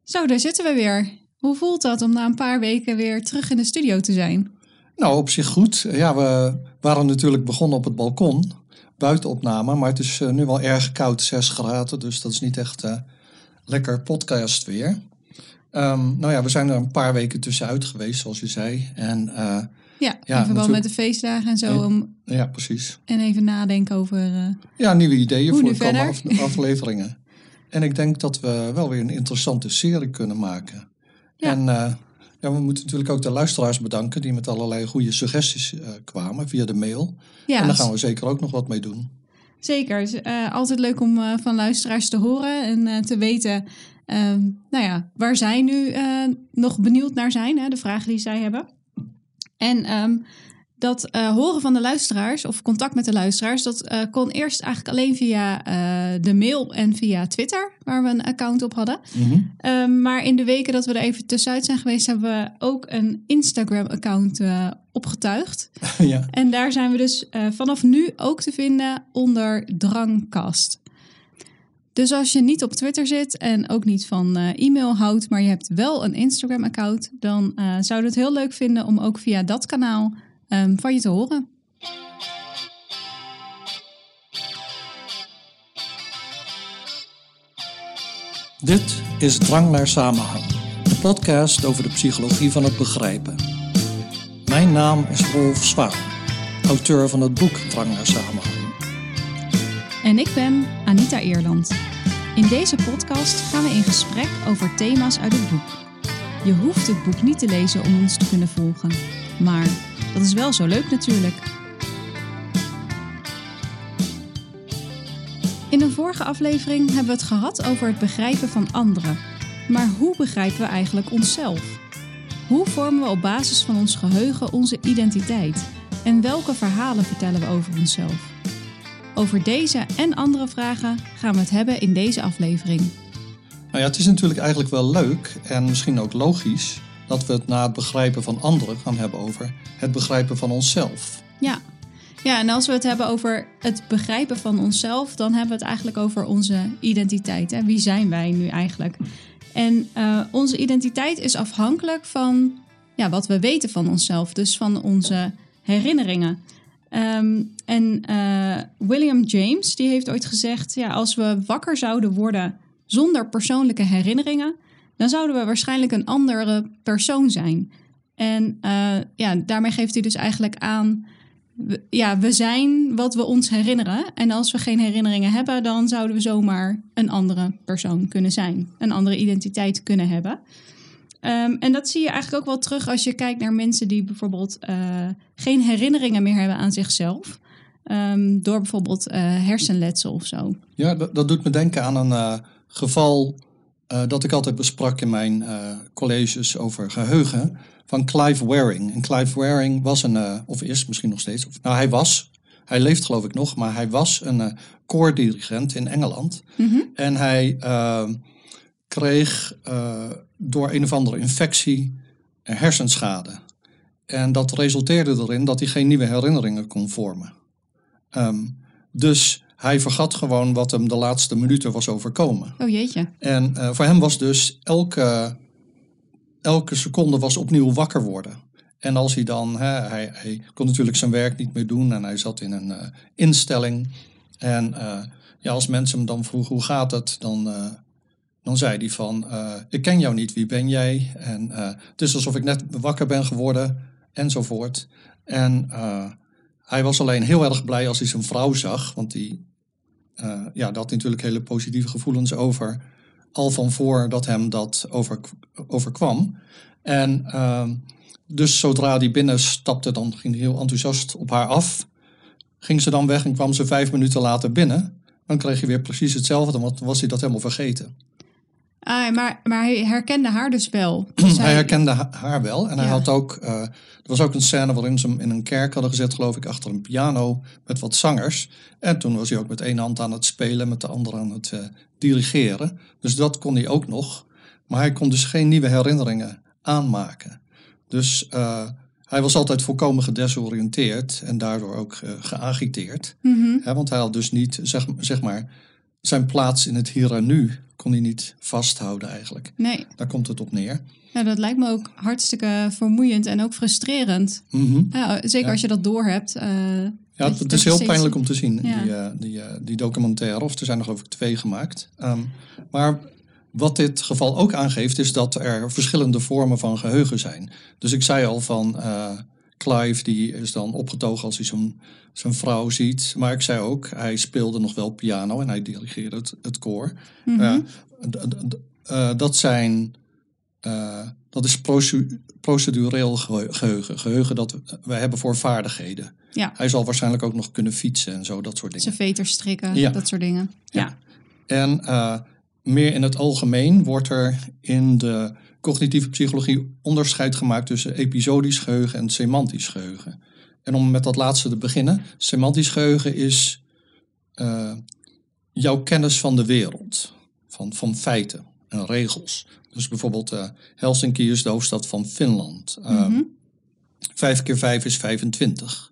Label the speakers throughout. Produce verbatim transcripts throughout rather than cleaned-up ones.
Speaker 1: Zo, daar zitten we weer. Hoe voelt dat om na een paar weken weer terug in de studio te zijn?
Speaker 2: Nou, op zich goed. Ja, we waren natuurlijk begonnen op het balkon, buitenopname, maar het is uh, nu wel erg koud, zes graden, dus dat is niet echt uh, lekker podcast weer. Um, nou ja, we zijn er een paar weken tussenuit geweest, zoals je zei. En, uh,
Speaker 1: ja,
Speaker 2: ja,
Speaker 1: in verband
Speaker 2: natuurlijk...
Speaker 1: met de feestdagen en zo. Om...
Speaker 2: Ja, precies.
Speaker 1: En even nadenken over uh,
Speaker 2: Ja, nieuwe ideeën
Speaker 1: voor
Speaker 2: de komende af- afleveringen. En ik denk dat we wel weer een interessante serie kunnen maken. Ja. En uh, ja, we moeten natuurlijk ook de luisteraars bedanken die met allerlei goede suggesties uh, kwamen via de mail. Ja, en daar gaan we zeker ook nog wat mee doen.
Speaker 1: Zeker. Het is uh, altijd leuk om uh, van luisteraars te horen en uh, te weten uh, nou ja, waar zij nu uh, nog benieuwd naar zijn. Hè, de vragen die zij hebben. En um, dat uh, horen van de luisteraars of contact met de luisteraars, dat uh, kon eerst eigenlijk alleen via uh, de mail en via Twitter, waar we een account op hadden. Mm-hmm. Um, maar in de weken dat we er even tussenuit zijn geweest, hebben we ook een Instagram-account uh, opgetuigd. Ja. En daar zijn we dus uh, vanaf nu ook te vinden onder Drangkast. Dus als je niet op Twitter zit en ook niet van uh, e-mail houdt, maar je hebt wel een Instagram-account, dan uh, zouden we het heel leuk vinden om ook via dat kanaal Um, van je te horen.
Speaker 2: Dit is Drang naar Samenhang, een podcast over de psychologie van het begrijpen. Mijn naam is Rolf Zwaan, auteur van het boek Drang naar Samenhang.
Speaker 1: En ik ben Anita Eerland. In deze podcast gaan we in gesprek over thema's uit het boek. Je hoeft het boek niet te lezen om ons te kunnen volgen, maar dat is wel zo leuk natuurlijk. In een vorige aflevering hebben we het gehad over het begrijpen van anderen. Maar hoe begrijpen we eigenlijk onszelf? Hoe vormen we op basis van ons geheugen onze identiteit? En welke verhalen vertellen we over onszelf? Over deze en andere vragen gaan we het hebben in deze aflevering.
Speaker 2: Nou ja, het is natuurlijk eigenlijk wel leuk en misschien ook logisch dat we het na het begrijpen van anderen gaan hebben over het begrijpen van onszelf.
Speaker 1: Ja. ja, en als we het hebben over het begrijpen van onszelf, dan hebben we het eigenlijk over onze identiteit. Hè? Wie zijn wij nu eigenlijk? En uh, onze identiteit is afhankelijk van ja, wat we weten van onszelf, dus van onze herinneringen. Um, en uh, William James die heeft ooit gezegd, ja, als we wakker zouden worden zonder persoonlijke herinneringen, dan zouden we waarschijnlijk een andere persoon zijn. En uh, ja, daarmee geeft hij dus eigenlijk aan, we, ja, we zijn wat we ons herinneren. En als we geen herinneringen hebben, dan zouden we zomaar een andere persoon kunnen zijn. Een andere identiteit kunnen hebben. Um, en dat zie je eigenlijk ook wel terug als je kijkt naar mensen die bijvoorbeeld uh, geen herinneringen meer hebben aan zichzelf. Um, door bijvoorbeeld uh, hersenletsel of zo.
Speaker 2: Ja, dat, dat doet me denken aan een uh, geval uh, dat ik altijd besprak in mijn uh, colleges over geheugen van Clive Wearing. En Clive Wearing was een, uh, of is misschien nog steeds, of, nou hij was, hij leeft geloof ik nog, maar hij was een uh, koordirigent in Engeland. Mm-hmm. En hij uh, kreeg uh, door een of andere infectie uh, hersenschade. En dat resulteerde erin dat hij geen nieuwe herinneringen kon vormen. Um, dus hij vergat gewoon wat hem de laatste minuten was overkomen.
Speaker 1: Oh jeetje.
Speaker 2: En uh, voor hem was dus elke, elke seconde was opnieuw wakker worden. En als hij dan, hè, hij, hij kon natuurlijk zijn werk niet meer doen en hij zat in een uh, instelling. En uh, ja, als mensen hem dan vroegen hoe gaat het, dan, uh, dan zei hij van uh, ik ken jou niet, wie ben jij? En uh, het is alsof ik net wakker ben geworden enzovoort. En uh, hij was alleen heel erg blij als hij zijn vrouw zag, want die uh, ja, had natuurlijk hele positieve gevoelens over, al van voordat hem dat over, overkwam. En uh, dus zodra hij binnen stapte, dan ging hij heel enthousiast op haar af. Ging ze dan weg en kwam ze vijf minuten later binnen, dan kreeg je weer precies hetzelfde, want dan was hij dat helemaal vergeten.
Speaker 1: Ah, maar, maar hij herkende haar dus wel. Dus
Speaker 2: hij... hij herkende ha- haar wel. En hij
Speaker 1: ja.
Speaker 2: had ook, uh, er was ook een scène waarin ze hem in een kerk hadden gezet, geloof ik, achter een piano met wat zangers. En toen was hij ook met één hand aan het spelen, met de andere aan het uh, dirigeren. Dus dat kon hij ook nog. Maar hij kon dus geen nieuwe herinneringen aanmaken. Dus uh, hij was altijd volkomen gedesoriënteerd en daardoor ook uh, geagiteerd. Mm-hmm. Hè, want hij had dus niet, zeg, zeg maar, zijn plaats in het hier en nu kon hij niet vasthouden eigenlijk.
Speaker 1: Nee.
Speaker 2: Daar komt het op neer.
Speaker 1: Ja, dat lijkt me ook hartstikke vermoeiend en ook frustrerend.
Speaker 2: Mm-hmm.
Speaker 1: Ja, zeker
Speaker 2: ja.
Speaker 1: als je dat doorhebt. Uh,
Speaker 2: ja, het is heel
Speaker 1: steeds...
Speaker 2: pijnlijk om te zien,
Speaker 1: ja.
Speaker 2: die, uh, die, uh, die documentaire. Of er zijn er geloof ik twee gemaakt. Um, maar wat dit geval ook aangeeft is dat er verschillende vormen van geheugen zijn. Dus ik zei al van uh, Clive, die is dan opgetogen als hij zo'n, zijn vrouw ziet. Maar ik zei ook, hij speelde nog wel piano en hij dirigeerde het, het koor. Mm-hmm. Uh, d- d- d- uh, dat zijn... Uh, dat is proce- procedureel geheugen. Geheugen dat wij hebben voor vaardigheden.
Speaker 1: Ja.
Speaker 2: Hij zal waarschijnlijk ook nog kunnen fietsen en zo, dat soort dingen.
Speaker 1: Zijn veters strikken,
Speaker 2: ja.
Speaker 1: dat soort dingen. Ja.
Speaker 2: ja. En uh, meer in het algemeen wordt er in de cognitieve psychologie onderscheid gemaakt tussen episodisch geheugen en semantisch geheugen. En om met dat laatste te beginnen, semantisch geheugen is uh, jouw kennis van de wereld, van, van feiten en regels. Dus bijvoorbeeld uh, Helsinki is de hoofdstad van Finland. Uh, mm-hmm. Vijf keer vijf is vijfentwintig.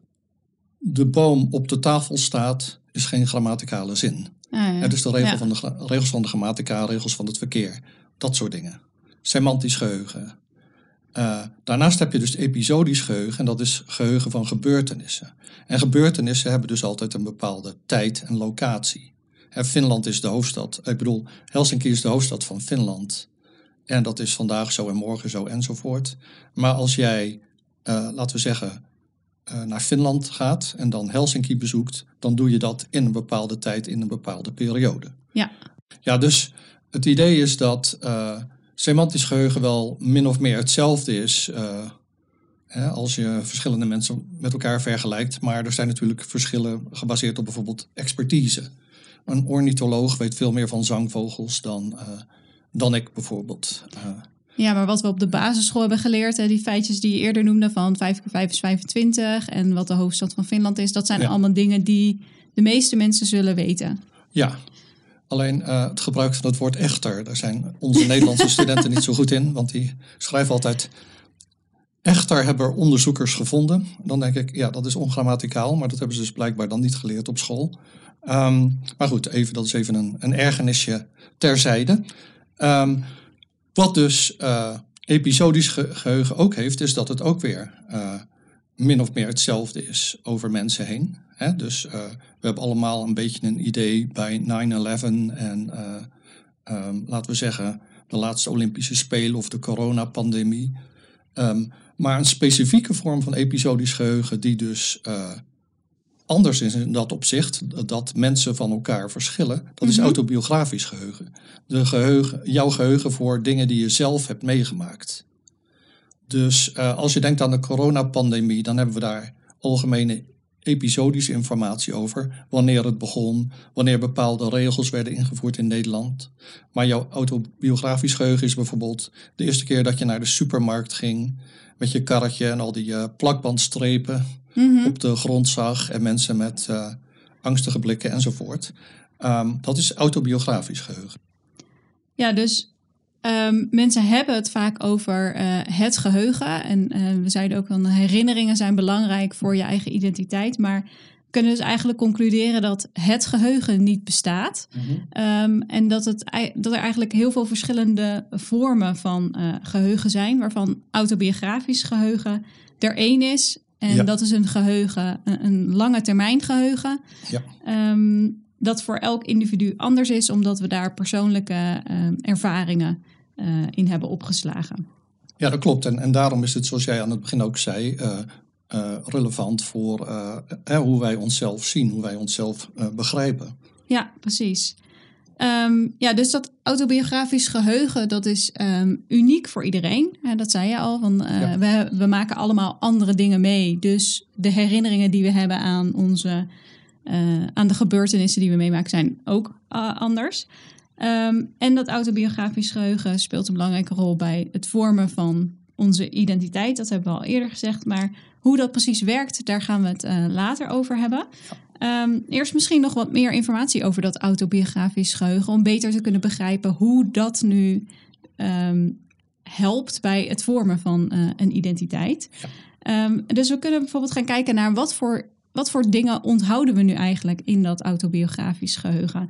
Speaker 2: De boom op de tafel staat is geen grammaticale zin. Ah, ja. Ja, dus de, regel ja. van de regels van de grammatica, regels van het verkeer. Dat soort dingen. Semantisch geheugen. Uh, daarnaast heb je dus episodisch geheugen. En dat is geheugen van gebeurtenissen. En gebeurtenissen hebben dus altijd een bepaalde tijd en locatie. En Finland is de hoofdstad. Ik bedoel, Helsinki is de hoofdstad van Finland. En dat is vandaag zo en morgen zo enzovoort. Maar als jij, uh, laten we zeggen, uh, naar Finland gaat en dan Helsinki bezoekt, dan doe je dat in een bepaalde tijd, in een bepaalde periode.
Speaker 1: Ja.
Speaker 2: Ja, dus het idee is dat uh, semantisch geheugen wel min of meer hetzelfde is uh, hè, als je verschillende mensen met elkaar vergelijkt. Maar er zijn natuurlijk verschillen gebaseerd op bijvoorbeeld expertise. Een ornitholoog weet veel meer van zangvogels dan... Uh, dan ik bijvoorbeeld. Uh,
Speaker 1: ja, maar wat we op de basisschool hebben geleerd, hè, die feitjes die je eerder noemde van vijf keer vijf is vijfentwintig en wat de hoofdstad van Finland is, dat zijn ja. allemaal dingen die de meeste mensen zullen weten.
Speaker 2: Ja, alleen uh, het gebruik van het woord echter, daar zijn onze Nederlandse studenten niet zo goed in, want die schrijven altijd echter hebben onderzoekers gevonden. Dan denk ik, ja, dat is ongrammaticaal, maar dat hebben ze dus blijkbaar dan niet geleerd op school. Um, maar goed, even, dat is even een, een ergernisje terzijde. Um, wat dus uh, episodisch ge- geheugen ook heeft, is dat het ook weer uh, min of meer hetzelfde is over mensen heen. Hè? Dus uh, we hebben allemaal een beetje een idee bij nine eleven en uh, um, laten we zeggen de laatste Olympische Spelen of de coronapandemie. Um, maar een specifieke vorm van episodisch geheugen die dus... Uh, anders is in dat opzicht, dat mensen van elkaar verschillen. Dat mm-hmm. is autobiografisch geheugen. De geheugen. Jouw geheugen voor dingen die je zelf hebt meegemaakt. Dus uh, als je denkt aan de coronapandemie, dan hebben we daar algemene episodische informatie over. Wanneer het begon, wanneer bepaalde regels werden ingevoerd in Nederland. Maar jouw autobiografisch geheugen is bijvoorbeeld de eerste keer dat je naar de supermarkt ging met je karretje en al die uh, plakbandstrepen mm-hmm. op de grond zag en mensen met uh, angstige blikken enzovoort. Um, dat is autobiografisch geheugen.
Speaker 1: Ja, dus um, mensen hebben het vaak over uh, het geheugen. En uh, we zeiden ook al, herinneringen zijn belangrijk voor je eigen identiteit. Maar we kunnen dus eigenlijk concluderen dat het geheugen niet bestaat. Mm-hmm. Um, en dat, het, dat er eigenlijk heel veel verschillende vormen van uh, geheugen zijn. Waarvan autobiografisch geheugen er één is. En ja. dat is een geheugen, een, een lange termijn geheugen. Ja. Um, dat voor elk individu anders is, omdat we daar persoonlijke uh, ervaringen uh, in hebben opgeslagen.
Speaker 2: Ja, dat klopt. En, en daarom is het, zoals jij aan het begin ook zei, uh, uh, relevant voor uh, uh, hoe wij onszelf zien, hoe wij onszelf uh, begrijpen.
Speaker 1: Ja, precies. Um, ja, dus dat autobiografisch geheugen, dat is um, uniek voor iedereen. Uh, dat zei je al, van, uh, ja. we, we maken allemaal andere dingen mee. Dus de herinneringen die we hebben aan onze... Uh, aan de gebeurtenissen die we meemaken zijn ook uh, anders. Um, en dat autobiografisch geheugen speelt een belangrijke rol bij het vormen van onze identiteit. Dat hebben we al eerder gezegd. Maar hoe dat precies werkt, daar gaan we het uh, later over hebben. Um, eerst misschien nog wat meer informatie over dat autobiografisch geheugen. Om beter te kunnen begrijpen hoe dat nu um, helpt bij het vormen van uh, een identiteit. Ja. Um, dus we kunnen bijvoorbeeld gaan kijken naar wat voor... Wat voor dingen onthouden we nu eigenlijk in dat autobiografisch geheugen?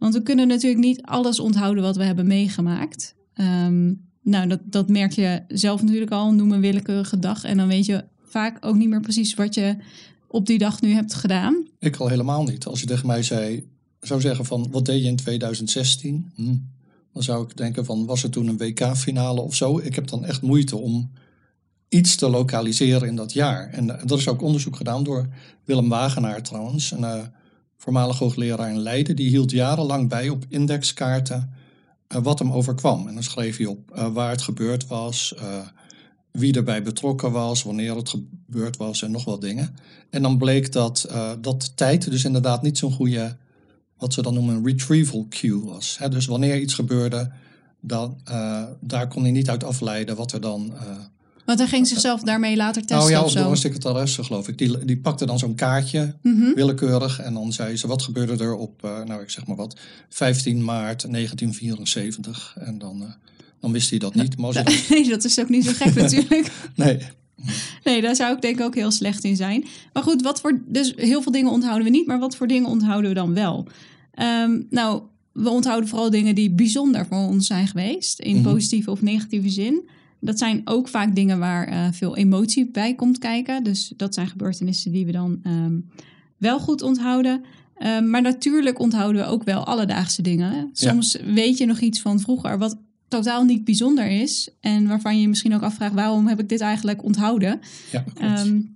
Speaker 1: Want we kunnen natuurlijk niet alles onthouden wat we hebben meegemaakt. Um, nou, dat, dat merk je zelf natuurlijk al. Noem een willekeurige dag. En dan weet je vaak ook niet meer precies wat je op die dag nu hebt gedaan.
Speaker 2: Ik al helemaal niet. Als je tegen mij zei, zou zeggen van, wat deed je in twintig zestien? Hm. Dan zou ik denken van, was er toen een W K-finale of zo? Ik heb dan echt moeite om iets te lokaliseren in dat jaar. En uh, dat is ook onderzoek gedaan door Willem Wagenaar trouwens. Een uh, voormalig hoogleraar in Leiden. Die hield jarenlang bij op indexkaarten uh, wat hem overkwam. En dan schreef hij op uh, waar het gebeurd was, uh, wie erbij betrokken was, wanneer het gebeurd was en nog wat dingen. En dan bleek dat, uh, dat tijd dus inderdaad niet zo'n goede, wat ze dan noemen een retrieval cue was. Hè? Dus wanneer iets gebeurde, dan, uh, daar kon hij niet uit afleiden wat er dan... Uh,
Speaker 1: Want hij ging zichzelf daarmee later testen.
Speaker 2: Oh ja, of,
Speaker 1: of zo.
Speaker 2: door een secretaresse geloof ik. Die, die pakte dan zo'n kaartje,
Speaker 1: mm-hmm.
Speaker 2: willekeurig. En dan zei ze, wat gebeurde er op, uh, nou ik zeg maar wat, vijftien maart negentien vierenzeventig. En dan, uh, dan wist hij dat niet. Maar als je dan...
Speaker 1: Nee, dat is ook niet zo gek natuurlijk.
Speaker 2: Nee.
Speaker 1: Nee, daar zou ik denk ik ook heel slecht in zijn. Maar goed, wat voor, dus heel veel dingen onthouden we niet. Maar wat voor dingen onthouden we dan wel? Um, nou, we onthouden vooral dingen die bijzonder voor ons zijn geweest. In mm-hmm. positieve of negatieve zin. Dat zijn ook vaak dingen waar uh, veel emotie bij komt kijken. Dus dat zijn gebeurtenissen die we dan um, wel goed onthouden. Um, maar natuurlijk onthouden we ook wel alledaagse dingen. Hè? Soms ja. weet je nog iets van vroeger wat totaal niet bijzonder is. En waarvan je je misschien ook afvraagt, waarom heb ik dit eigenlijk onthouden?
Speaker 2: Ja,
Speaker 1: um,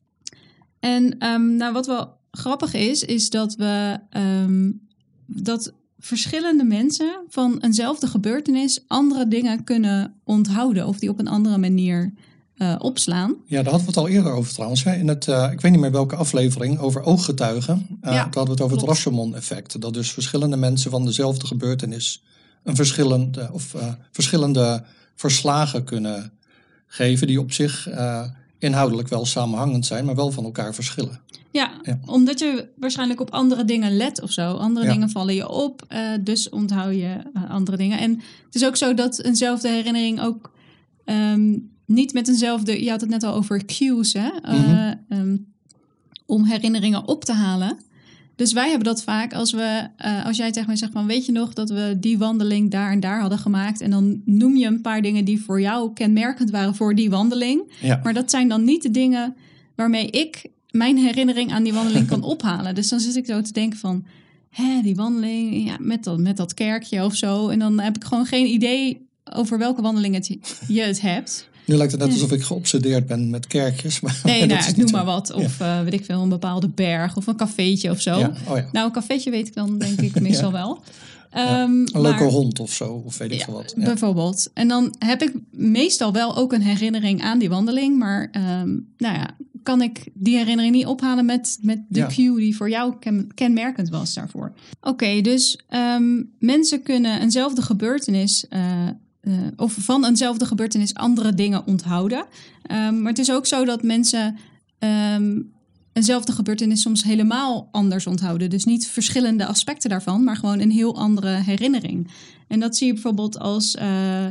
Speaker 1: en um, nou, wat wel grappig is, is dat we um, dat verschillende mensen van eenzelfde gebeurtenis andere dingen kunnen onthouden of die op een andere manier uh, opslaan.
Speaker 2: Ja, daar hadden we het al eerder over trouwens. Hè? In het, uh, ik weet niet meer welke aflevering, over ooggetuigen. Uh, ja, daar hadden we het over klopt. Het Rashomon-effect. Dat dus verschillende mensen van dezelfde gebeurtenis een verschillende, of, uh, verschillende verslagen kunnen geven die op zich uh, inhoudelijk wel samenhangend zijn, maar wel van elkaar verschillen.
Speaker 1: Ja, ja, omdat je waarschijnlijk op andere dingen let of zo. Andere ja. dingen vallen je op, uh, dus onthoud je uh, andere dingen. En het is ook zo dat eenzelfde herinnering ook um, niet met eenzelfde... Je had het net al over cues, hè? Mm-hmm. Uh, um, om herinneringen op te halen. Dus wij hebben dat vaak als we, uh, als jij tegen mij zegt van, weet je nog dat we die wandeling daar en daar hadden gemaakt? En dan noem je een paar dingen die voor jou kenmerkend waren voor die wandeling.
Speaker 2: Ja.
Speaker 1: Maar dat zijn dan niet de dingen waarmee ik mijn herinnering aan die wandeling kan ophalen. Dus dan zit ik zo te denken van, hè, die wandeling, ja, met dat, met dat kerkje of zo. En dan heb ik gewoon geen idee over welke wandeling het, je het hebt.
Speaker 2: Nu lijkt het net alsof ik geobsedeerd ben met kerkjes. Maar
Speaker 1: nee, nou, ik noem
Speaker 2: zo.
Speaker 1: maar wat. Of ja. uh, weet ik veel, een bepaalde berg of een cafeetje of zo.
Speaker 2: Ja. Oh, ja.
Speaker 1: Nou, een cafeetje weet ik dan denk ik meestal ja. wel.
Speaker 2: Ja.
Speaker 1: Um,
Speaker 2: een leuke
Speaker 1: maar,
Speaker 2: hond of zo, of weet ik
Speaker 1: ja,
Speaker 2: veel wat. Ja.
Speaker 1: Bijvoorbeeld. En dan heb ik meestal wel ook een herinnering aan die wandeling. Maar um, nou ja, kan ik die herinnering niet ophalen met, met de ja. cue die voor jou ken, kenmerkend was daarvoor. Oké, okay, dus um, mensen kunnen eenzelfde gebeurtenis... Uh, Uh, of van eenzelfde gebeurtenis andere dingen onthouden. Um, maar het is ook zo dat mensen um, eenzelfde gebeurtenis soms helemaal anders onthouden. Dus niet verschillende aspecten daarvan, maar gewoon een heel andere herinnering. En dat zie je bijvoorbeeld als... Uh,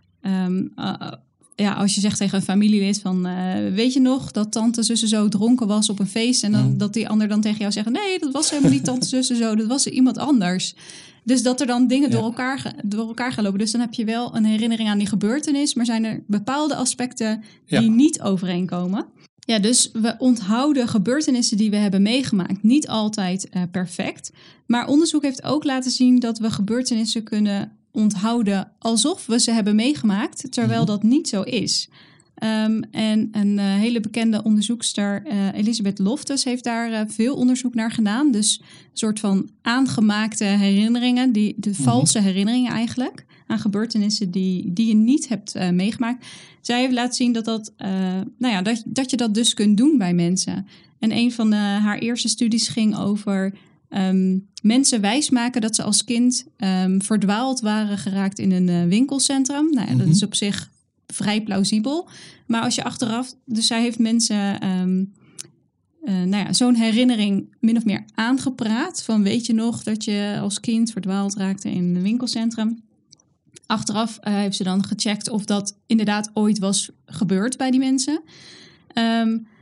Speaker 1: um, uh, ja, als je zegt tegen een familielid van... Uh, weet je nog dat tante zussen zo dronken was op een feest... en dan, mm. dat die ander dan tegen jou zegt... nee, dat was helemaal niet tante zussen zo, dat was iemand anders... Dus dat er dan dingen ja. door, elkaar, door elkaar gaan lopen. Dus dan heb je wel een herinnering aan die gebeurtenis... maar zijn er bepaalde aspecten die ja. niet overeenkomen. Ja, dus we onthouden gebeurtenissen die we hebben meegemaakt... niet altijd uh, perfect. Maar onderzoek heeft ook laten zien dat we gebeurtenissen kunnen onthouden... alsof we ze hebben meegemaakt, terwijl mm-hmm. dat niet zo is... Um, en een uh, hele bekende onderzoekster, uh, Elisabeth Loftus, heeft daar uh, veel onderzoek naar gedaan. Dus een soort van aangemaakte herinneringen, die, de mm-hmm. valse herinneringen eigenlijk, aan gebeurtenissen die, die je niet hebt uh, meegemaakt. Zij heeft laten zien dat, dat, uh, nou ja, dat, dat je dat dus kunt doen bij mensen. En een van de, haar eerste studies ging over um, mensen wijsmaken dat ze als kind um, verdwaald waren geraakt in een uh, winkelcentrum. Nou ja, mm-hmm. dat is op zich... vrij plausibel. Maar als je achteraf... Dus zij heeft mensen... Um, uh, nou ja, zo'n herinnering min of meer aangepraat. Van weet je nog dat je als kind verdwaald raakte in een winkelcentrum. Achteraf uh, heeft ze dan gecheckt of dat inderdaad ooit was gebeurd bij die mensen. Um,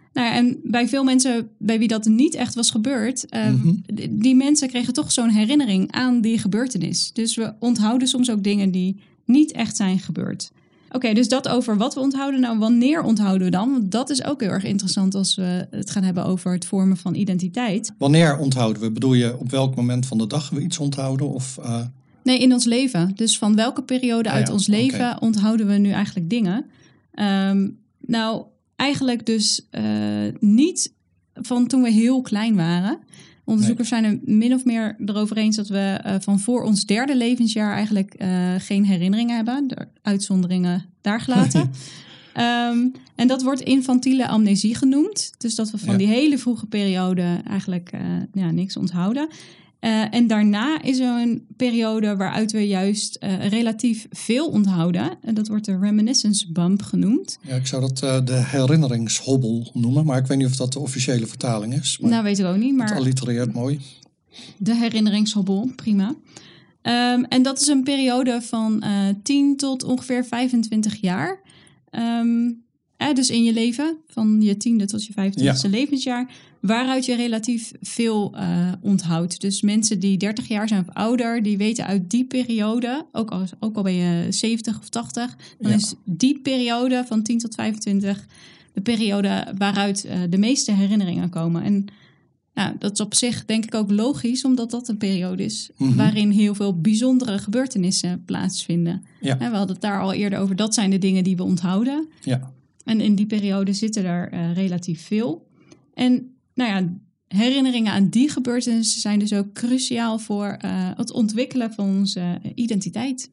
Speaker 1: Nou ja, en bij veel mensen bij wie dat niet echt was gebeurd, uh, mm-hmm. die mensen kregen toch zo'n herinnering aan die gebeurtenis. Dus we onthouden soms ook dingen die niet echt zijn gebeurd. Oké, okay, dus dat over wat we onthouden. Nou, wanneer onthouden we dan? Want dat is ook heel erg interessant als we het gaan hebben over het vormen van identiteit.
Speaker 2: Wanneer onthouden we? Bedoel je op welk moment van de dag we iets onthouden? Of, uh...
Speaker 1: Nee, in ons leven. Dus van welke periode ah, uit ja, ons leven okay. onthouden we nu eigenlijk dingen? Um, nou, eigenlijk dus uh, niet van toen we heel klein waren. Onderzoekers nee. zijn er min of meer erover eens dat we uh, van voor ons derde levensjaar eigenlijk uh, geen herinneringen hebben. De uitzonderingen daar gelaten. um, en dat wordt infantiele amnesie genoemd. Dus dat we van ja. die hele vroege periode eigenlijk uh, ja, niks onthouden. Uh, en daarna is er een periode waaruit we juist uh, relatief veel onthouden. En dat wordt de reminiscence bump genoemd.
Speaker 2: Ja, ik zou dat uh, de herinneringshobbel noemen. Maar ik weet niet of dat de officiële vertaling is. Maar
Speaker 1: nou, weet ik ook niet. Maar
Speaker 2: het allitereert mooi.
Speaker 1: De herinneringshobbel, prima. Um, en dat is een periode van uh, tien tot ongeveer vijfentwintig jaar. Um, eh, dus in je leven, van je tiende tot je vijfentwintigste ja. levensjaar, waaruit je relatief veel uh, onthoudt. Dus mensen die dertig jaar zijn of ouder, die weten uit die periode, ook al, ook al ben je zeventig of tachtig, dan ja. is die periode van tien tot vijfentwintig de periode waaruit uh, de meeste herinneringen komen. En nou, dat is op zich denk ik ook logisch, omdat dat een periode is mm-hmm. waarin heel veel bijzondere gebeurtenissen plaatsvinden. Ja. We hadden het daar al eerder over, dat zijn de dingen die we onthouden.
Speaker 2: Ja.
Speaker 1: En in die periode zitten er uh, relatief veel. En nou ja, herinneringen aan die gebeurtenissen zijn dus ook cruciaal voor uh, het ontwikkelen van onze identiteit.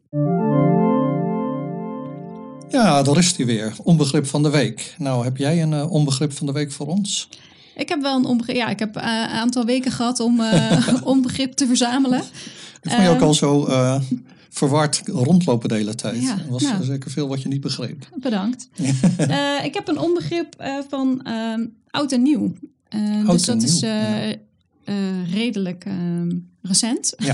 Speaker 2: Ja, daar is die weer. Onbegrip van de week. Nou, heb jij een uh, onbegrip van de week voor ons?
Speaker 1: Ik heb wel een onbegrip. Ja, ik heb een uh, aantal weken gehad om uh, onbegrip te verzamelen.
Speaker 2: Ik vond je ook al zo uh, verward rondlopen de hele tijd.
Speaker 1: Ja,
Speaker 2: er was
Speaker 1: nou,
Speaker 2: zeker veel wat je niet begreep.
Speaker 1: Bedankt. uh, ik heb een onbegrip uh, van uh, oud en nieuw. Uh,
Speaker 2: oud
Speaker 1: dus dat
Speaker 2: en
Speaker 1: is
Speaker 2: nieuw.
Speaker 1: uh, uh, redelijk uh, recent.
Speaker 2: Ja.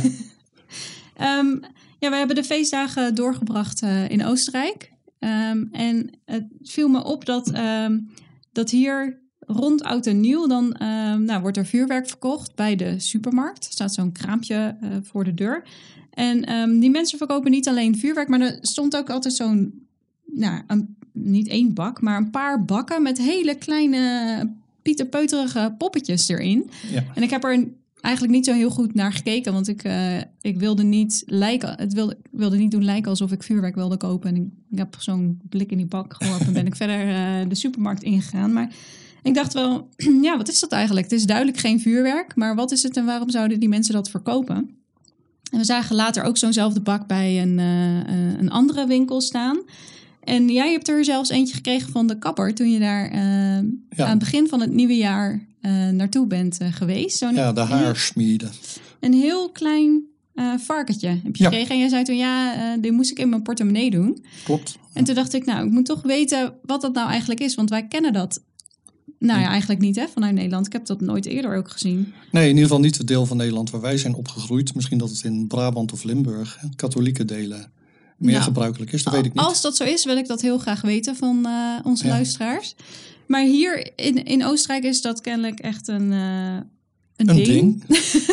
Speaker 1: um, ja, we hebben de feestdagen doorgebracht uh, in Oostenrijk. Um, en het viel me op dat, um, dat hier rond oud en nieuw dan um, nou, wordt er vuurwerk verkocht bij de supermarkt. Er staat zo'n kraampje uh, voor de deur. En um, die mensen verkopen niet alleen vuurwerk, maar er stond ook altijd zo'n, nou, een, niet één bak, maar een paar bakken met hele kleine pieterpeuterige poppetjes erin. Ja. En ik heb er eigenlijk niet zo heel goed naar gekeken, want ik, uh, ik wilde niet lijken, het wilde, wilde niet doen lijken alsof ik vuurwerk wilde kopen. En ik, ik heb zo'n blik in die bak geworpen en ben ik verder uh, de supermarkt ingegaan. Maar ik dacht wel, ja, wat is dat eigenlijk? Het is duidelijk geen vuurwerk, maar wat is het en waarom zouden die mensen dat verkopen? En we zagen later ook zo'nzelfde bak bij een, uh, uh, een andere winkel staan. En jij hebt er zelfs eentje gekregen van de kapper toen je daar uh, ja. aan het begin van het nieuwe jaar uh, naartoe bent uh, geweest. Zo'n
Speaker 2: ja, de haarsmiede.
Speaker 1: Een heel klein uh, varkentje heb je ja. gekregen. En jij zei toen, ja, uh, die moest ik in mijn portemonnee doen.
Speaker 2: Klopt.
Speaker 1: En toen dacht ik, nou, ik moet toch weten wat dat nou eigenlijk is. Want wij kennen dat nou ja, eigenlijk niet hè, vanuit Nederland. Ik heb dat nooit eerder ook gezien.
Speaker 2: Nee, in ieder geval niet het deel van Nederland waar wij zijn opgegroeid. Misschien dat het in Brabant of Limburg, hè, katholieke delen, meer nou, gebruikelijk is. Dat weet ik niet.
Speaker 1: Als dat zo is, wil ik dat heel graag weten van uh, onze ja. luisteraars. Maar hier in, in Oostenrijk is dat kennelijk echt een, uh, een,
Speaker 2: een
Speaker 1: ding.
Speaker 2: ding.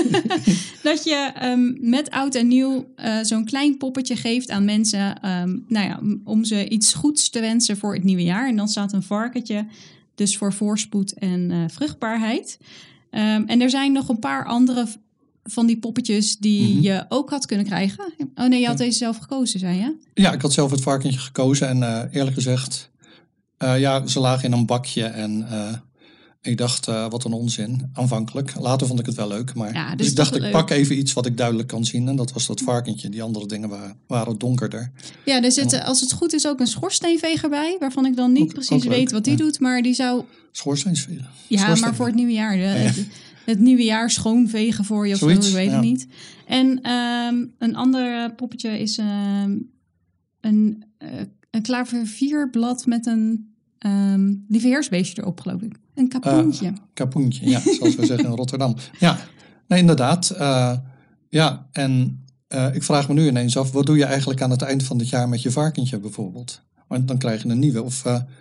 Speaker 1: Dat je um, met oud en nieuw uh, zo'n klein poppetje geeft aan mensen. Um, nou ja, om ze iets goeds te wensen voor het nieuwe jaar. En dan staat een varkentje. Dus voor voorspoed en uh, vruchtbaarheid. Um, en er zijn nog een paar andere van die poppetjes die mm-hmm. je ook had kunnen krijgen. Oh nee, je had ja. deze zelf gekozen, zei je?
Speaker 2: Ja, ik had zelf het varkentje gekozen. En uh, eerlijk gezegd, uh, ja, ze lagen in een bakje. En uh, ik dacht, uh, wat een onzin, aanvankelijk. Later vond ik het wel leuk. Maar
Speaker 1: ja, dus
Speaker 2: dus ik dacht, ik
Speaker 1: leuk.
Speaker 2: pak even iets wat ik duidelijk kan zien. En dat was dat varkentje. Die andere dingen waren, waren donkerder.
Speaker 1: Ja, er zit, als het goed is, ook een schoorsteenveger bij. Waarvan ik dan niet ook, precies ook weet leuk, wat die ja. doet. Maar die zou...
Speaker 2: Schoorsteenveger?
Speaker 1: Ja,
Speaker 2: Schoorsteen.
Speaker 1: Maar voor het nieuwe jaar. De,
Speaker 2: ja, ja.
Speaker 1: het, het nieuwe jaar schoonvegen voor je of
Speaker 2: Zoiets,
Speaker 1: zo, ik weet
Speaker 2: ja.
Speaker 1: het niet. En um, een ander poppetje is um, een, uh, een klavervierblad met een um, lieveheersbeestje erop, geloof ik. Een kapoentje. Uh,
Speaker 2: kapoentje, ja, zoals we zeggen in Rotterdam. Ja, nee, inderdaad. Uh, ja, en uh, ik vraag me nu ineens af, wat doe je eigenlijk aan het eind van het jaar met je varkentje bijvoorbeeld? Want dan krijg je een nieuwe. Of uh,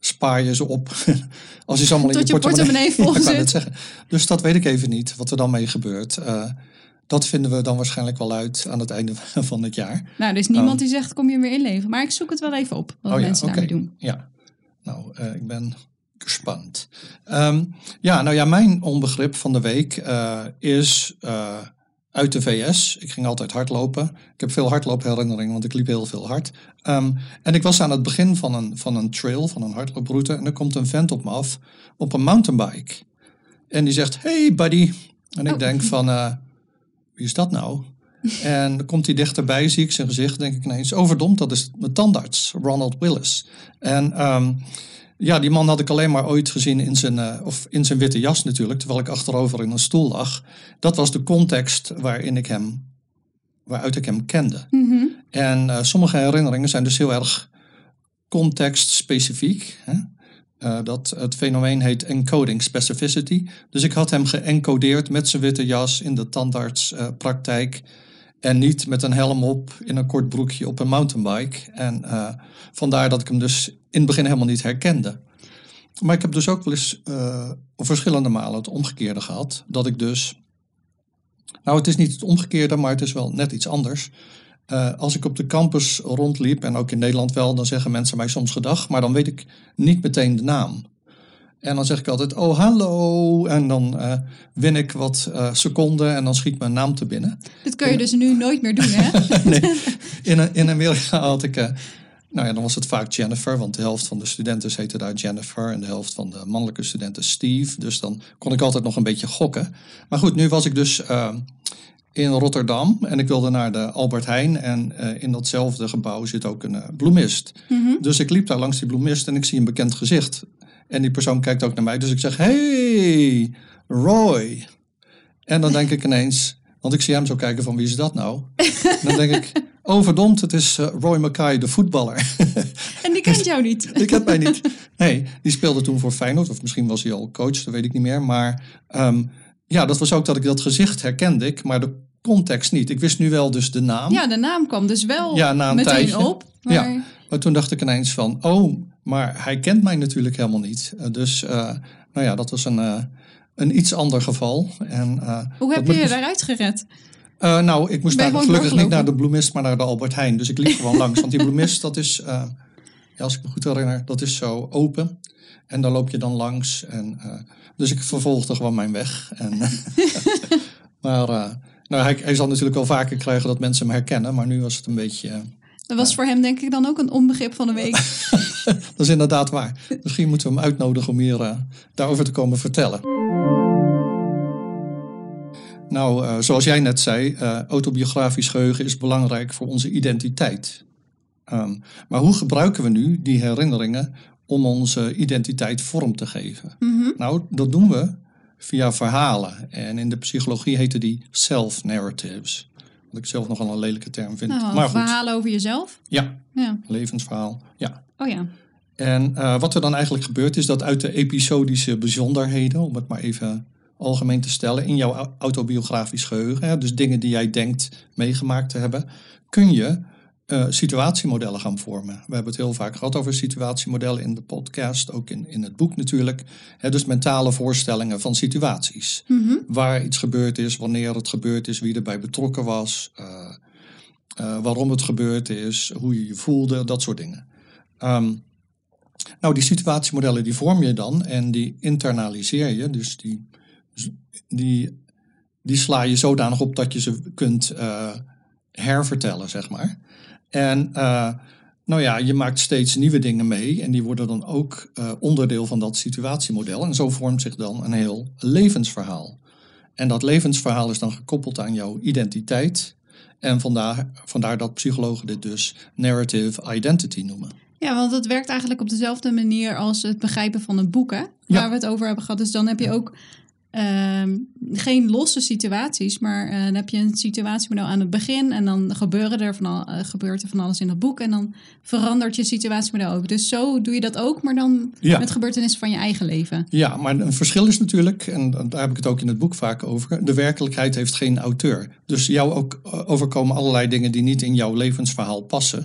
Speaker 2: spaar je ze op als je ze allemaal
Speaker 1: Tot
Speaker 2: in je,
Speaker 1: je portemonnee vol
Speaker 2: ja, ik
Speaker 1: zit.
Speaker 2: het zeggen. Dus dat weet ik even niet, wat er dan mee gebeurt. Uh, dat vinden we dan waarschijnlijk wel uit aan het einde van het jaar.
Speaker 1: Nou, er is niemand
Speaker 2: um,
Speaker 1: die zegt, kom je weer inleveren. Maar ik zoek het wel even op, wat
Speaker 2: oh
Speaker 1: mensen
Speaker 2: ja, okay.
Speaker 1: daarmee doen.
Speaker 2: Ja, nou, uh, ik ben gespannen. Um, ja, nou ja, mijn onbegrip van de week uh, is uh, uit de V S. Ik ging altijd hardlopen. Ik heb veel hardloopherinneringen, want ik liep heel veel hard. Um, en ik was aan het begin van een, van een trail, van een hardlooproute. En er komt een vent op me af op een mountainbike. En die zegt, hey buddy. En ik oh. denk van, uh, wie is dat nou? En dan komt hij dichterbij, zie ik zijn gezicht, denk ik ineens, oh verdomd, dat is mijn tandarts, Ronald Willis. En um, ja, die man had ik alleen maar ooit gezien in zijn, uh, of in zijn witte jas natuurlijk, terwijl ik achterover in een stoel lag. Dat was de context waarin ik hem, waaruit ik hem kende.
Speaker 1: Mm-hmm.
Speaker 2: En uh, sommige herinneringen zijn dus heel erg contextspecifiek. Hè? Uh, dat het fenomeen heet encoding specificity. Dus ik had hem geëncodeerd met zijn witte jas in de tandartspraktijk. Uh, en niet met een helm op in een kort broekje op een mountainbike. En uh, vandaar dat ik hem dus in het begin helemaal niet herkende. Maar ik heb dus ook wel eens uh, op verschillende malen het omgekeerde gehad. Dat ik dus... Nou, het is niet het omgekeerde, maar het is wel net iets anders. Uh, als ik op de campus rondliep, en ook in Nederland wel, dan zeggen mensen mij soms gedag. Maar dan weet ik niet meteen de naam. En dan zeg ik altijd, oh hallo. En dan uh, win ik wat uh, seconden en dan schiet mijn naam te binnen.
Speaker 1: Dit kun je en, dus nu nooit meer doen, hè?
Speaker 2: Nee, in, in Amerika had ik... Uh, nou ja, dan was het vaak Jennifer, want de helft van de studenten heette daar Jennifer en de helft van de mannelijke studenten Steve. Dus dan kon ik altijd nog een beetje gokken. Maar goed, nu was ik dus uh, in Rotterdam en ik wilde naar de Albert Heijn. En uh, in datzelfde gebouw zit ook een uh, bloemist. Mm-hmm. Dus ik liep daar langs die bloemist en ik zie een bekend gezicht. En die persoon kijkt ook naar mij, dus ik zeg, hey, Roy. En dan denk ik ineens, want ik zie hem zo kijken van wie is dat nou? En dan denk ik, oh verdomd, het is uh, Roy Mackay, de voetballer.
Speaker 1: En die kent jou niet?
Speaker 2: Die kent mij niet. Nee, die speelde toen voor Feyenoord, of misschien was hij al coach, dat weet ik niet meer. Maar um, ja, dat was ook dat ik dat gezicht herkende ik, maar de context niet. Ik wist nu wel dus de naam.
Speaker 1: Ja, de naam kwam dus wel
Speaker 2: ja, na een
Speaker 1: meteen
Speaker 2: tijdje.
Speaker 1: op. Maar...
Speaker 2: Ja, maar toen dacht ik ineens van, oh, maar hij kent mij natuurlijk helemaal niet. Uh, dus, uh, nou ja, dat was een, uh, een iets ander geval. En, uh,
Speaker 1: Hoe heb je je daaruit gered?
Speaker 2: Uh, nou, ik moest daar gelukkig niet naar de bloemist, maar naar de Albert Heijn. Dus ik liep gewoon langs. Want die bloemist, dat is, uh, ja, als ik me goed herinner, dat is zo open. En daar loop je dan langs. En, uh, dus ik vervolgde gewoon mijn weg. En, uh, maar uh, nou, hij, hij zal natuurlijk wel vaker krijgen dat mensen hem herkennen. Maar nu was het een beetje... Uh,
Speaker 1: dat was uh, voor hem denk ik dan ook een onbegrip van de week.
Speaker 2: Dat is inderdaad waar. Misschien moeten we hem uitnodigen om hier uh, daarover te komen vertellen. Nou, uh, zoals jij net zei, uh, autobiografisch geheugen is belangrijk voor onze identiteit. Um, maar hoe gebruiken we nu die herinneringen om onze identiteit vorm te geven?
Speaker 1: Mm-hmm.
Speaker 2: Nou, dat doen we via verhalen. En in de psychologie heten die self-narratives. Wat ik zelf nogal een lelijke term vind.
Speaker 1: Nou,
Speaker 2: maar goed.
Speaker 1: Verhalen over jezelf?
Speaker 2: Ja,
Speaker 1: ja.
Speaker 2: Levensverhaal, ja.
Speaker 1: Oh ja.
Speaker 2: En uh, wat er dan eigenlijk gebeurt is dat uit de episodische bijzonderheden, om het maar even algemeen te stellen, in jouw autobiografisch geheugen, hè, dus dingen die jij denkt meegemaakt te hebben, kun je uh, situatiemodellen gaan vormen. We hebben het heel vaak gehad over situatiemodellen in de podcast, ook in, in het boek natuurlijk. Hè, dus mentale voorstellingen van situaties.
Speaker 1: Mm-hmm.
Speaker 2: Waar iets gebeurd is, wanneer het gebeurd is, wie erbij betrokken was, uh, uh, waarom het gebeurd is, hoe je je voelde, dat soort dingen. Um, nou, die situatiemodellen die vorm je dan en die internaliseer je, dus die, die, die sla je zodanig op dat je ze kunt uh, hervertellen, zeg maar. En uh, nou ja, je maakt steeds nieuwe dingen mee en die worden dan ook uh, onderdeel van dat situatiemodel. En zo vormt zich dan een heel levensverhaal. En dat levensverhaal is dan gekoppeld aan jouw identiteit. En vandaar, vandaar dat psychologen dit dus narrative identity noemen.
Speaker 1: Ja, want het werkt eigenlijk op dezelfde manier als het begrijpen van een boek, hè? Waar
Speaker 2: ja.
Speaker 1: we het over hebben gehad. Dus dan heb je ook uh, geen losse situaties, maar uh, dan heb je een situatiemodel aan het begin en dan gebeuren er van al, uh, gebeurt er van alles in dat boek en dan verandert je situatiemodel ook. Dus zo doe je dat ook, maar dan ja. met gebeurtenissen van je eigen leven.
Speaker 2: Ja, maar een verschil is natuurlijk, en daar heb ik het ook in het boek vaak over, de werkelijkheid heeft geen auteur. Dus jou ook overkomen allerlei dingen die niet in jouw levensverhaal passen.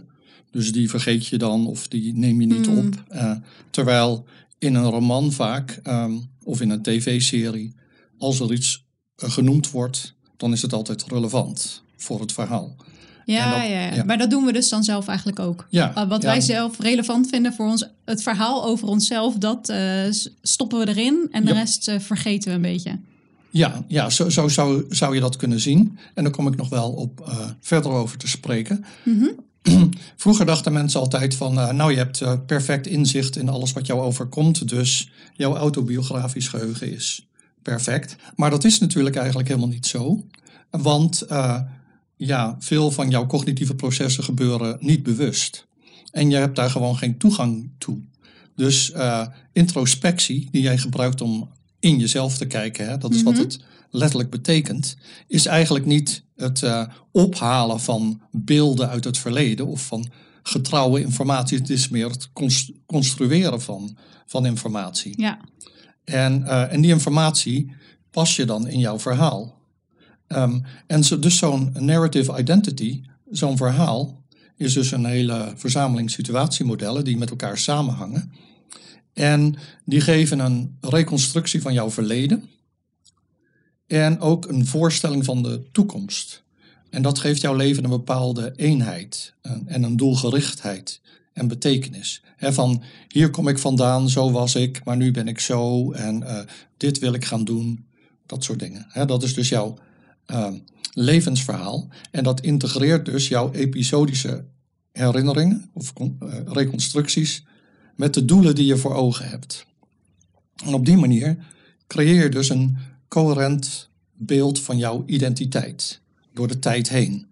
Speaker 2: Dus die vergeet je dan of die neem je niet
Speaker 1: Mm.
Speaker 2: op. Uh, terwijl in een roman vaak, um, of in een tv-serie, als er iets uh, genoemd wordt, dan is het altijd relevant voor het verhaal.
Speaker 1: Ja,
Speaker 2: dat,
Speaker 1: ja, ja,
Speaker 2: ja.
Speaker 1: Maar dat doen we dus dan zelf eigenlijk ook.
Speaker 2: Ja,
Speaker 1: Uh, wat
Speaker 2: ja.
Speaker 1: wij zelf relevant vinden voor ons, het verhaal over onszelf, dat uh, stoppen we erin en de
Speaker 2: Ja.
Speaker 1: rest uh, vergeten we een beetje.
Speaker 2: Ja, ja zo, zo zou, zou je dat kunnen zien. En daar kom ik nog wel op uh, verder over te spreken.
Speaker 1: Mm-hmm.
Speaker 2: Vroeger dachten mensen altijd van, uh, nou je hebt uh, perfect inzicht in alles wat jou overkomt, dus jouw autobiografisch geheugen is perfect. Maar dat is natuurlijk eigenlijk helemaal niet zo, want uh, ja, veel van jouw cognitieve processen gebeuren niet bewust. En je hebt daar gewoon geen toegang toe. Dus uh, introspectie, die jij gebruikt om in jezelf te kijken, hè, dat is
Speaker 1: Mm-hmm.
Speaker 2: wat het letterlijk betekent, is eigenlijk niet het uh, ophalen van beelden uit het verleden of van getrouwe informatie. Het is meer het construeren van, van informatie.
Speaker 1: Ja.
Speaker 2: En, uh, en die informatie pas je dan in jouw verhaal. Um, en zo, dus zo'n narrative identity, zo'n verhaal, is dus een hele verzameling situatiemodellen die met elkaar samenhangen. En die geven een reconstructie van jouw verleden. En ook een voorstelling van de toekomst. En dat geeft jouw leven een bepaalde eenheid en een doelgerichtheid en betekenis. He, van hier kom ik vandaan, zo was ik, maar nu ben ik zo en uh, dit wil ik gaan doen. Dat soort dingen. He, dat is dus jouw uh, levensverhaal. En dat integreert dus jouw episodische herinneringen of uh, reconstructies met de doelen die je voor ogen hebt. En op die manier creëer je dus een coherent beeld van jouw identiteit door de tijd heen.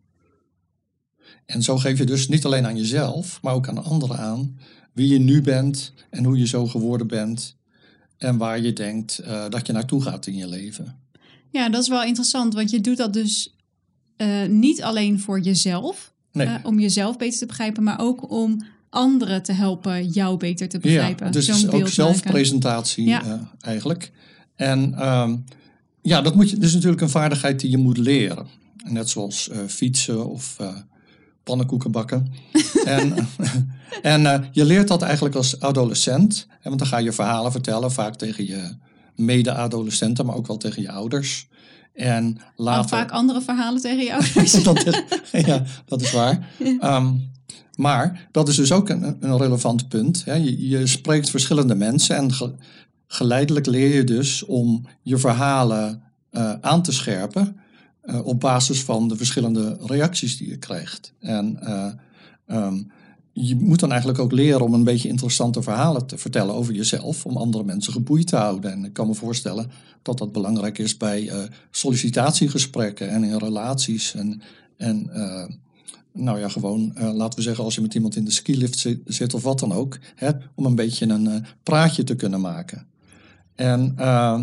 Speaker 2: En zo geef je dus niet alleen aan jezelf, maar ook aan anderen aan wie je nu bent en hoe je zo geworden bent en waar je denkt uh, dat je naartoe gaat in je leven.
Speaker 1: Ja, dat is wel interessant, want je doet dat dus uh, niet alleen voor jezelf,
Speaker 2: nee.
Speaker 1: uh, om jezelf beter te begrijpen, maar ook om anderen te helpen jou beter te begrijpen.
Speaker 2: Ja, dus
Speaker 1: Zo'n
Speaker 2: het is ook
Speaker 1: beeld
Speaker 2: zelfpresentatie
Speaker 1: ja.
Speaker 2: uh, eigenlijk. En um, ja, dat moet je, dus natuurlijk een vaardigheid die je moet leren. Net zoals uh, fietsen of uh, pannenkoeken bakken. en en uh, je leert dat eigenlijk als adolescent. Hè, want dan ga je verhalen vertellen, vaak tegen je mede-adolescenten, maar ook wel tegen je ouders. En later...
Speaker 1: Al vaak andere verhalen tegen je ouders.
Speaker 2: dat is, ja, dat is waar. Um, maar dat is dus ook een, een relevant punt. Hè. Je, je spreekt verschillende mensen en ge, geleidelijk leer je dus om je verhalen uh, aan te scherpen uh, op basis van de verschillende reacties die je krijgt. En uh, um, je moet dan eigenlijk ook leren om een beetje interessante verhalen te vertellen over jezelf, om andere mensen geboeid te houden. En ik kan me voorstellen dat dat belangrijk is bij uh, sollicitatiegesprekken en in relaties en, en uh, nou ja, gewoon, uh, laten we zeggen, als je met iemand in de skilift zit, zit of wat dan ook, hè, om een beetje een uh, praatje te kunnen maken. En uh,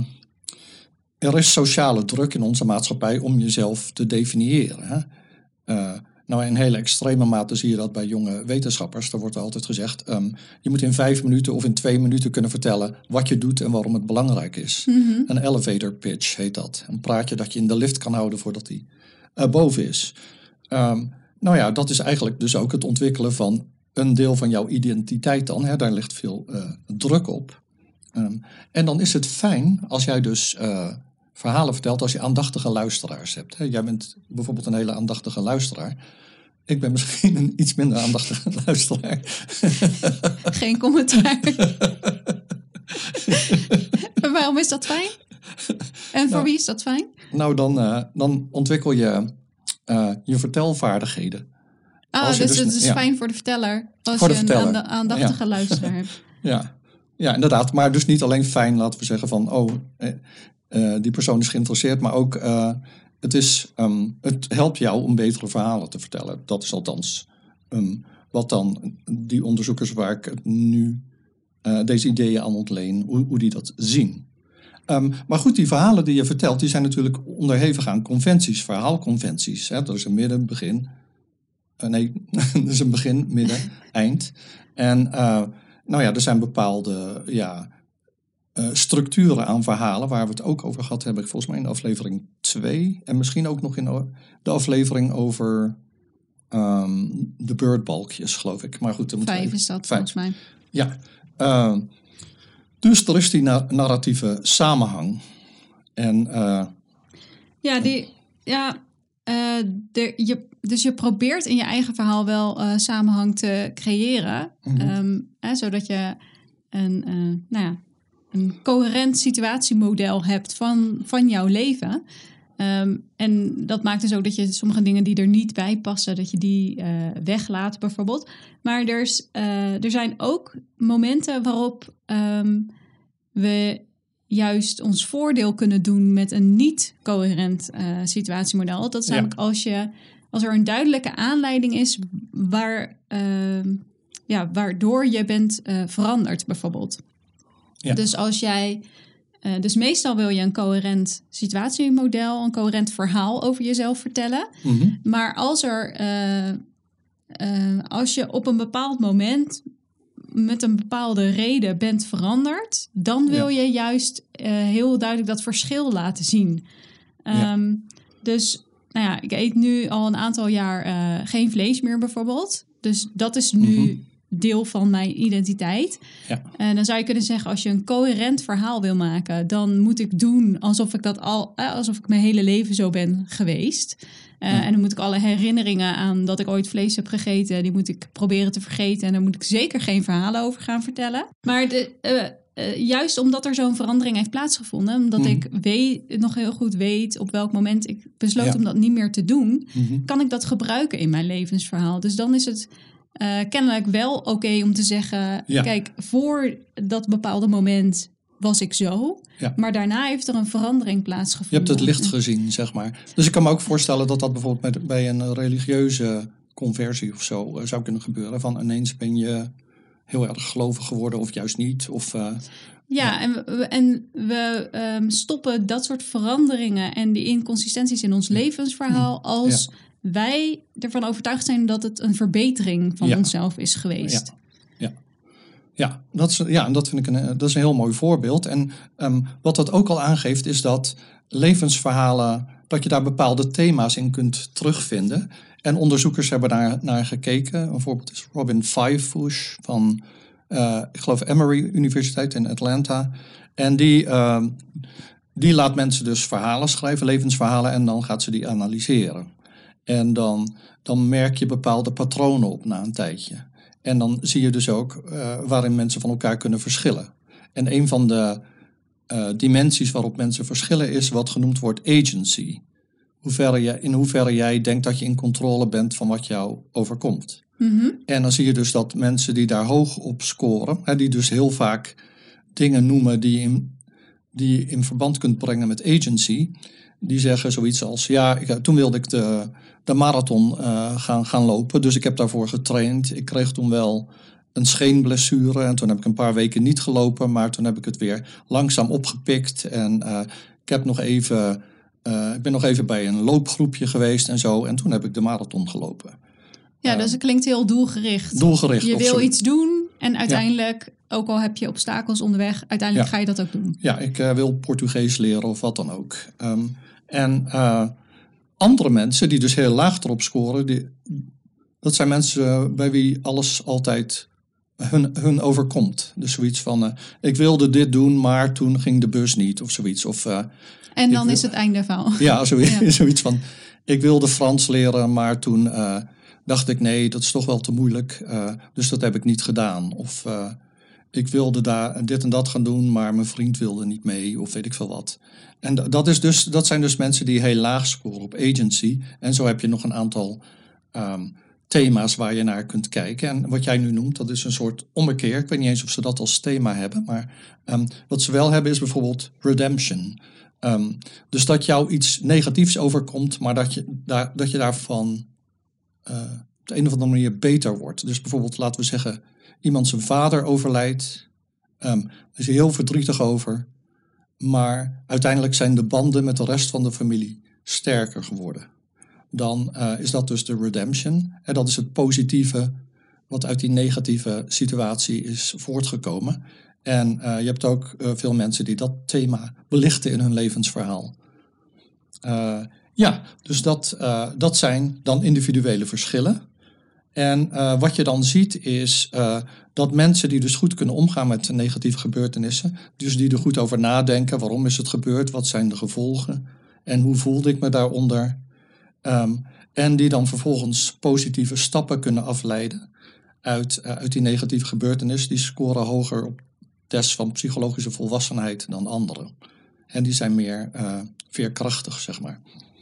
Speaker 2: er is sociale druk in onze maatschappij om jezelf te definiëren. Hè. Uh, nou, in hele extreme mate zie je dat bij jonge wetenschappers. Er wordt altijd gezegd, um, je moet in vijf minuten of in twee minuten kunnen vertellen wat je doet en waarom het belangrijk is.
Speaker 1: Mm-hmm.
Speaker 2: Een elevator pitch heet dat. Een praatje dat je in de lift kan houden voordat hij uh, boven is. Um, nou ja, dat is eigenlijk dus ook het ontwikkelen van een deel van jouw identiteit dan. Hè. Daar ligt veel uh, druk op. Um, en dan is het fijn als jij dus uh, verhalen vertelt als je aandachtige luisteraars hebt. Hè. Jij bent bijvoorbeeld een hele aandachtige luisteraar. Ik ben misschien een iets minder aandachtige luisteraar.
Speaker 1: Geen commentaar. Maar waarom is dat fijn? En voor
Speaker 2: nou,
Speaker 1: wie is dat fijn?
Speaker 2: Nou, dan, uh, dan ontwikkel je uh, je vertelvaardigheden.
Speaker 1: Ah, dus, dus het is
Speaker 2: ja.
Speaker 1: fijn voor de verteller als
Speaker 2: voor de
Speaker 1: je
Speaker 2: verteller.
Speaker 1: een aanda- aandachtige
Speaker 2: ja.
Speaker 1: luisteraar hebt.
Speaker 2: Ja. ja, inderdaad. Maar dus niet alleen fijn, laten we zeggen van, oh, eh, uh, die persoon is geïnteresseerd, maar ook uh, het, is, um, het helpt jou om betere verhalen te vertellen. Dat is althans um, wat dan die onderzoekers waar ik nu uh, deze ideeën aan ontleen, hoe, hoe die dat zien. Um, maar goed, die verhalen die je vertelt, die zijn natuurlijk onderhevig aan conventies, verhaalconventies. Hè? Dat is een midden, begin. Uh, nee, dat is een begin, midden, eind. En uh, nou ja, er zijn bepaalde ja, uh, structuren aan verhalen, waar we het ook over gehad hebben, volgens mij in de aflevering twee. En misschien ook nog in de aflevering over um, de beurtbalkjes, geloof ik. Maar goed, dan moeten
Speaker 1: Vijf
Speaker 2: we even,
Speaker 1: is dat
Speaker 2: vijf.
Speaker 1: volgens mij.
Speaker 2: Ja. Uh, dus er is die na- narratieve samenhang. En, uh,
Speaker 1: ja, die, ja uh, de, je, dus je probeert in je eigen verhaal wel uh, samenhang te creëren. Mm-hmm. Um, hè, zodat je een, uh, nou ja, een coherent situatiemodel hebt van, van jouw leven. Um, en dat maakt dus ook dat je sommige dingen die er niet bij passen, dat je die uh, weglaat bijvoorbeeld. Maar er, is, uh, er zijn ook momenten waarop um, we juist ons voordeel kunnen doen met een niet-coherent uh, situatiemodel. Dat is namelijk ja. als, je, als er een duidelijke aanleiding is waar, uh, ja, waardoor je bent uh, veranderd bijvoorbeeld. Ja. Dus als jij... Uh, dus meestal wil je een coherent situatiemodel, een coherent verhaal over jezelf vertellen. Mm-hmm. Maar als er, uh, uh, als je op een bepaald moment met een bepaalde reden bent veranderd, dan wil ja. je juist uh, heel duidelijk dat verschil laten zien. Um, ja. Dus, nou ja, ik eet nu al een aantal jaar uh, geen vlees meer bijvoorbeeld. Dus dat is nu mm-hmm. deel van mijn identiteit. Ja. En dan zou je kunnen zeggen, als je een coherent verhaal wil maken, dan moet ik doen alsof ik dat al, eh, alsof ik mijn hele leven zo ben geweest. Uh, ja. En dan moet ik alle herinneringen aan dat ik ooit vlees heb gegeten, die moet ik proberen te vergeten. En daar moet ik zeker geen verhalen over gaan vertellen. Maar de, uh, uh, juist omdat er zo'n verandering heeft plaatsgevonden, omdat mm. ik weet, nog heel goed weet op welk moment ik besloot ja. om dat niet meer te doen, mm-hmm. kan ik dat gebruiken in mijn levensverhaal. Dus dan is het Uh, kennelijk wel oké okay om te zeggen, ja. kijk, voor dat bepaalde moment was ik zo, ja. maar daarna heeft er een verandering plaatsgevonden.
Speaker 2: Je hebt het licht gezien, zeg maar. Dus ik kan me ook voorstellen dat dat bijvoorbeeld met, bij een religieuze conversie of zo uh, zou kunnen gebeuren. Van ineens ben je heel erg gelovig geworden of juist niet. Of, uh,
Speaker 1: ja, ja, en we, en we um, stoppen dat soort veranderingen en die inconsistenties in ons levensverhaal als... Ja. wij ervan overtuigd zijn dat het een verbetering van ja. onszelf is geweest.
Speaker 2: Ja, ja. ja, dat, is, ja dat vind ik een, dat is een heel mooi voorbeeld. En um, wat dat ook al aangeeft is dat levensverhalen, dat je daar bepaalde thema's in kunt terugvinden. En onderzoekers hebben daar naar gekeken. Een voorbeeld is Robin Firefush van, uh, ik geloof, Emory Universiteit in Atlanta. En die, uh, die laat mensen dus verhalen schrijven, levensverhalen, en dan gaat ze die analyseren. En dan, dan merk je bepaalde patronen op na een tijdje. En dan zie je dus ook uh, waarin mensen van elkaar kunnen verschillen. En een van de uh, dimensies waarop mensen verschillen is wat genoemd wordt agency. Hoeverre je, in hoeverre jij denkt dat je in controle bent van wat jou overkomt. Mm-hmm. En dan zie je dus dat mensen die daar hoog op scoren, hè, die dus heel vaak dingen noemen die je in, die je in verband kunt brengen met agency, die zeggen zoiets als, ja, ik, toen wilde ik de, de marathon uh, gaan, gaan lopen. Dus ik heb daarvoor getraind. Ik kreeg toen wel een scheenblessure. En toen heb ik een paar weken niet gelopen. Maar toen heb ik het weer langzaam opgepikt. En uh, ik, heb nog even, uh, ik ben nog even bij een loopgroepje geweest en zo. En toen heb ik de marathon gelopen.
Speaker 1: Ja, uh, dus het klinkt heel doelgericht.
Speaker 2: Doelgericht.
Speaker 1: Je wil zo. iets doen en uiteindelijk, ja. ook al heb je obstakels onderweg, uiteindelijk ja. ga je dat ook doen.
Speaker 2: Ja, ik uh, wil Portugees leren of wat dan ook. Um, En uh, andere mensen die dus heel laag erop scoren, die, dat zijn mensen uh, bij wie alles altijd hun, hun overkomt. Dus zoiets van, uh, ik wilde dit doen, maar toen ging de bus niet of zoiets. Of, uh,
Speaker 1: en dan wil, is het einde verhaal.
Speaker 2: Ja, zoiets, ja. zoiets van, ik wilde Frans leren, maar toen uh, dacht ik, nee, dat is toch wel te moeilijk. Uh, dus dat heb ik niet gedaan. Of uh, ik wilde daar dit en dat gaan doen, maar mijn vriend wilde niet mee of weet ik veel wat. En dat, is dus, dat zijn dus mensen die heel laag scoren op agency. En zo heb je nog een aantal um, thema's waar je naar kunt kijken. En wat jij nu noemt, dat is een soort ommekeer. Ik weet niet eens of ze dat als thema hebben. Maar um, wat ze wel hebben is bijvoorbeeld redemption. Um, dus dat jou iets negatiefs overkomt, maar dat je, daar, dat je daarvan uh, op de een of andere manier beter wordt. Dus bijvoorbeeld, laten we zeggen, iemand zijn vader overlijdt. Um, daar is hij heel verdrietig over. Maar uiteindelijk zijn de banden met de rest van de familie sterker geworden. Dan uh, is dat dus de redemption. En dat is het positieve wat uit die negatieve situatie is voortgekomen. En uh, je hebt ook uh, veel mensen die dat thema belichten in hun levensverhaal. Uh, Ja, dus dat, uh, dat zijn dan individuele verschillen. En uh, wat je dan ziet is uh, dat mensen die dus goed kunnen omgaan met negatieve gebeurtenissen, dus die er goed over nadenken, waarom is het gebeurd, wat zijn de gevolgen en hoe voelde ik me daaronder. Um, en die dan vervolgens positieve stappen kunnen afleiden uit, uh, uit die negatieve gebeurtenis. Die scoren hoger op tests van psychologische volwassenheid dan anderen. En die zijn meer uh, veerkrachtig, zeg maar.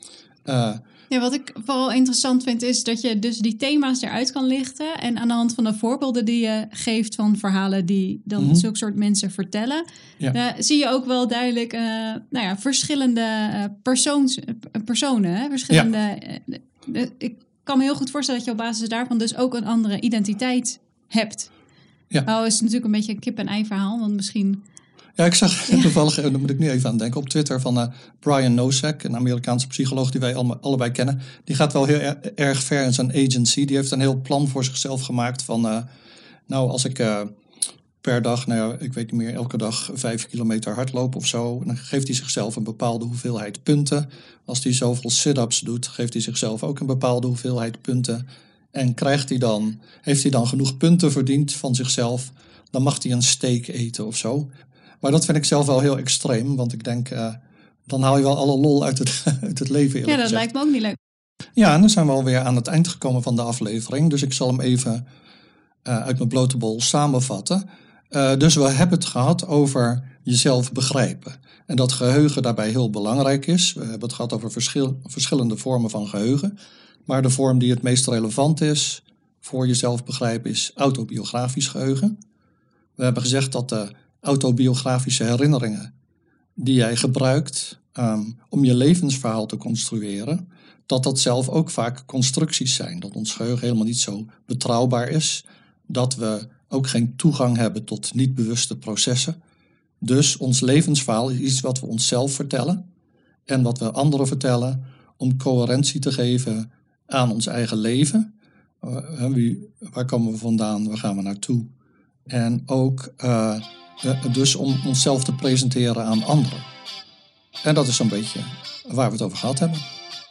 Speaker 2: Uh,
Speaker 1: Ja, wat ik vooral interessant vind is dat je dus die thema's eruit kan lichten. En aan de hand van de voorbeelden die je geeft van verhalen die dan mm-hmm. zulke soort mensen vertellen. Ja. Uh, zie je ook wel duidelijk uh, nou ja, verschillende uh, persoons, uh, personen. Hè? Verschillende, ja. uh, uh, ik kan me heel goed voorstellen dat je op basis daarvan dus ook een andere identiteit hebt. Ja. Nou is het natuurlijk een beetje een kip-en-ei verhaal, want misschien...
Speaker 2: Ja, ik zag ja. toevallig, daar moet ik nu even aan denken, op Twitter van uh, Brian Nosek, een Amerikaanse psycholoog die wij alle, allebei kennen. Die gaat wel heel er, erg ver in zijn agency. Die heeft een heel plan voor zichzelf gemaakt van, uh, nou als ik uh, per dag, nou ja, ik weet niet meer, elke dag vijf kilometer hardloop of zo. Dan geeft hij zichzelf een bepaalde hoeveelheid punten. Als hij zoveel sit-ups doet, geeft hij zichzelf ook een bepaalde hoeveelheid punten. En krijgt hij dan, heeft hij dan genoeg punten verdiend van zichzelf, dan mag hij een steak eten of zo. Maar dat vind ik zelf wel heel extreem, want ik denk, uh, dan haal je wel alle lol uit het, uit het leven.
Speaker 1: Ja, dat
Speaker 2: gezegd.
Speaker 1: lijkt me ook niet leuk.
Speaker 2: Ja, en dan zijn we alweer aan het eind gekomen van de aflevering. Dus ik zal hem even uh, uit mijn blote bol samenvatten. Uh, dus we hebben het gehad over jezelf begrijpen. En dat geheugen daarbij heel belangrijk is. We hebben het gehad over verschil, verschillende vormen van geheugen. Maar de vorm die het meest relevant is voor jezelf begrijpen is autobiografisch geheugen. We hebben gezegd dat de autobiografische herinneringen die jij gebruikt um, om je levensverhaal te construeren, dat dat zelf ook vaak constructies zijn. Dat ons geheugen helemaal niet zo betrouwbaar is. Dat we ook geen toegang hebben tot niet-bewuste processen. Dus ons levensverhaal is iets wat we onszelf vertellen en wat we anderen vertellen om coherentie te geven aan ons eigen leven. Uh, wie, waar komen we vandaan? Waar gaan we naartoe? En ook uh, uh, dus om onszelf te presenteren aan anderen. En dat is zo'n beetje waar we het over gehad hebben.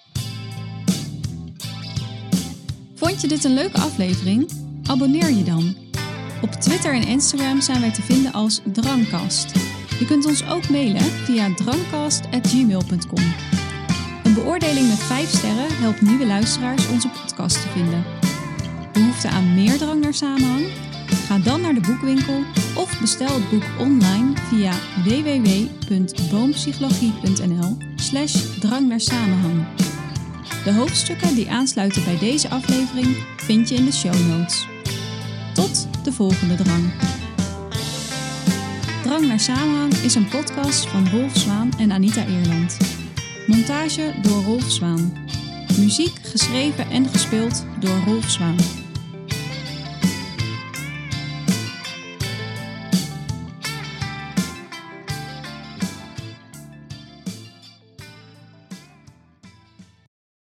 Speaker 1: Vond je dit een leuke aflevering? Abonneer je dan. Op Twitter en Instagram zijn wij te vinden als Drangkast. Je kunt ons ook mailen via drangkast at gmail dot com. Een beoordeling met vijf sterren helpt nieuwe luisteraars onze podcast te vinden. Behoefte aan meer drang naar samenhang? Ga dan naar de boekwinkel of bestel het boek online via w w w punt boompsychologie punt n l slash drang naar samenhang. De hoofdstukken die aansluiten bij deze aflevering vind je in de show notes. Tot de volgende drang. Drang naar Samenhang is een podcast van Rolf Zwaan en Anita Eerland. Montage door Rolf Zwaan. Muziek geschreven en gespeeld door Rolf Zwaan.